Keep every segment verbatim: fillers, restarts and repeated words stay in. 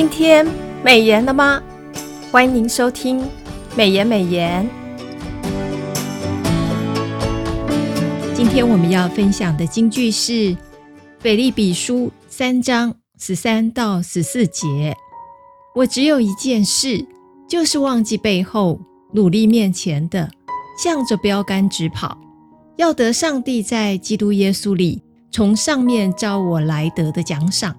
今天美言了吗？欢迎您收听美言美言。今天我们要分享的金句是腓立比书三章十三到十四节。我只有一件事，就是忘记背后，努力面前的，向着标杆直跑，要得上帝在基督耶稣里从上面召我来得的奖赏。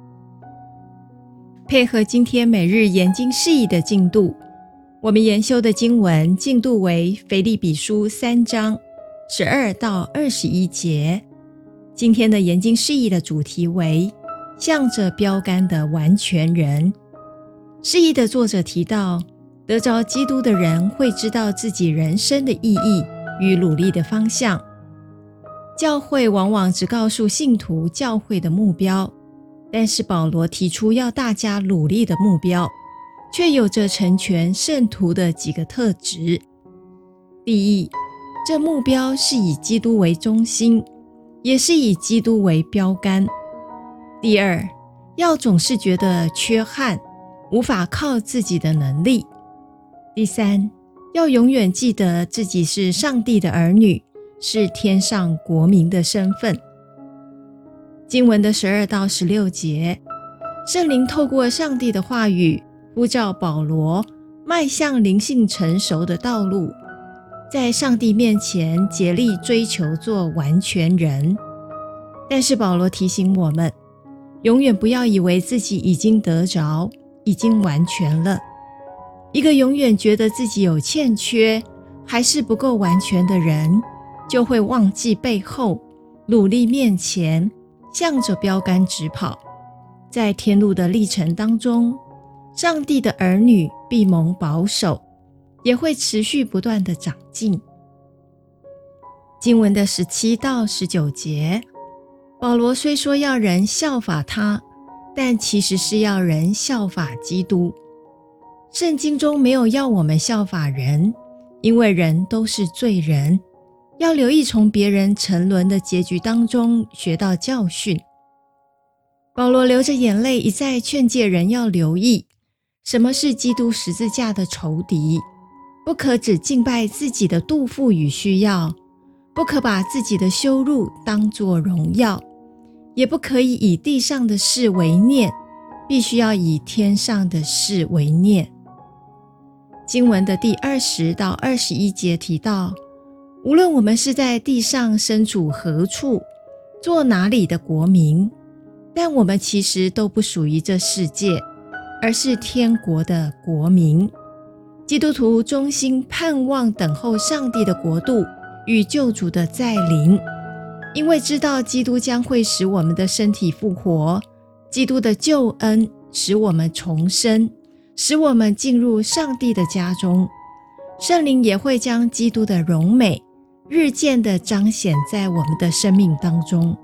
配合今天每日研经释义的进度，我们研修的经文进度为腓立比书三章十二到二十一节。今天的研经释义的主题为向着标杆的完全人。释义的作者提到，得着基督的人会知道自己人生的意义与努力的方向。教会往往只告诉信徒教会的目标，但是保罗提出要大家努力的目标，却有着成全圣徒的几个特质。第一，这目标是以基督为中心，也是以基督为标杆。第二，要总是觉得缺憾，无法靠自己的能力。第三，要永远记得自己是上帝的儿女，是天上国民的身份。经文的十二到十六节，圣灵透过上帝的话语呼召保罗迈向灵性成熟的道路，在上帝面前竭力追求做完全人。但是保罗提醒我们，永远不要以为自己已经得着，已经完全了。一个永远觉得自己有欠缺，还是不够完全的人，就会忘记背后，努力面前，向着标杆直跑。在天路的历程当中，上帝的儿女必蒙保守，也会持续不断的长进。经文的十七到十九节，保罗虽说要人效法他，但其实是要人效法基督。圣经中没有要我们效法人，因为人都是罪人，要留意从别人沉沦的结局当中学到教训。保罗流着眼泪一再劝诫人要留意，什么是基督十字架的仇敌，不可只敬拜自己的肚腹与需要，不可把自己的羞辱当作荣耀，也不可以以地上的事为念，必须要以天上的事为念。经文的第二十到二十一节提到，无论我们是在地上身处何处，做哪里的国民，但我们其实都不属于这世界，而是天国的国民。基督徒衷心盼望等候上帝的国度与救主的再临，因为知道基督将会使我们的身体复活，基督的救恩使我们重生，使我们进入上帝的家中。圣灵也会将基督的荣美日渐地彰显在我们的生命当中。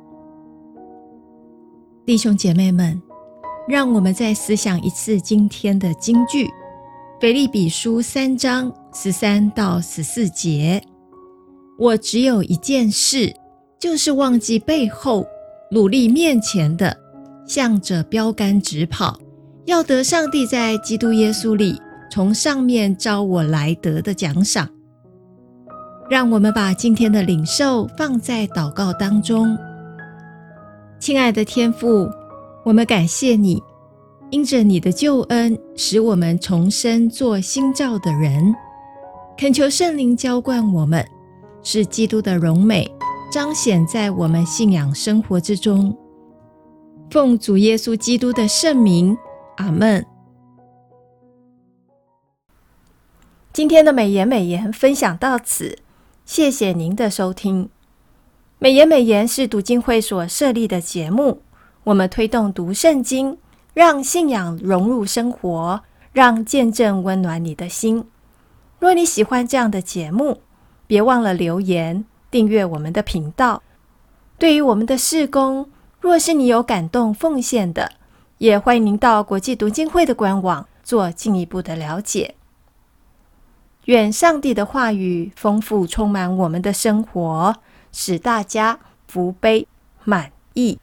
弟兄姐妹们，让我们再思想一次今天的金句，腓立比书三章十三到十四节。我只有一件事，就是忘记背后，努力面前的，向着标杆直跑，要得上帝在基督耶稣里从上面召我来得的奖赏。让我们把今天的领受放在祷告当中。亲爱的天父，我们感谢你，因着你的救恩，使我们重生做新造的人。恳求圣灵浇灌我们，使基督的荣美彰显在我们信仰生活之中。奉主耶稣基督的圣名，阿们。今天的美言美言分享到此，谢谢您的收听。美言美言是读经会所设立的节目，我们推动读圣经，让信仰融入生活，让见证温暖你的心。若你喜欢这样的节目，别忘了留言订阅我们的频道。对于我们的事工，若是你有感动奉献的，也欢迎您到国际读经会的官网做进一步的了解。愿上帝的话语丰富充满我们的生活，使大家福杯满溢。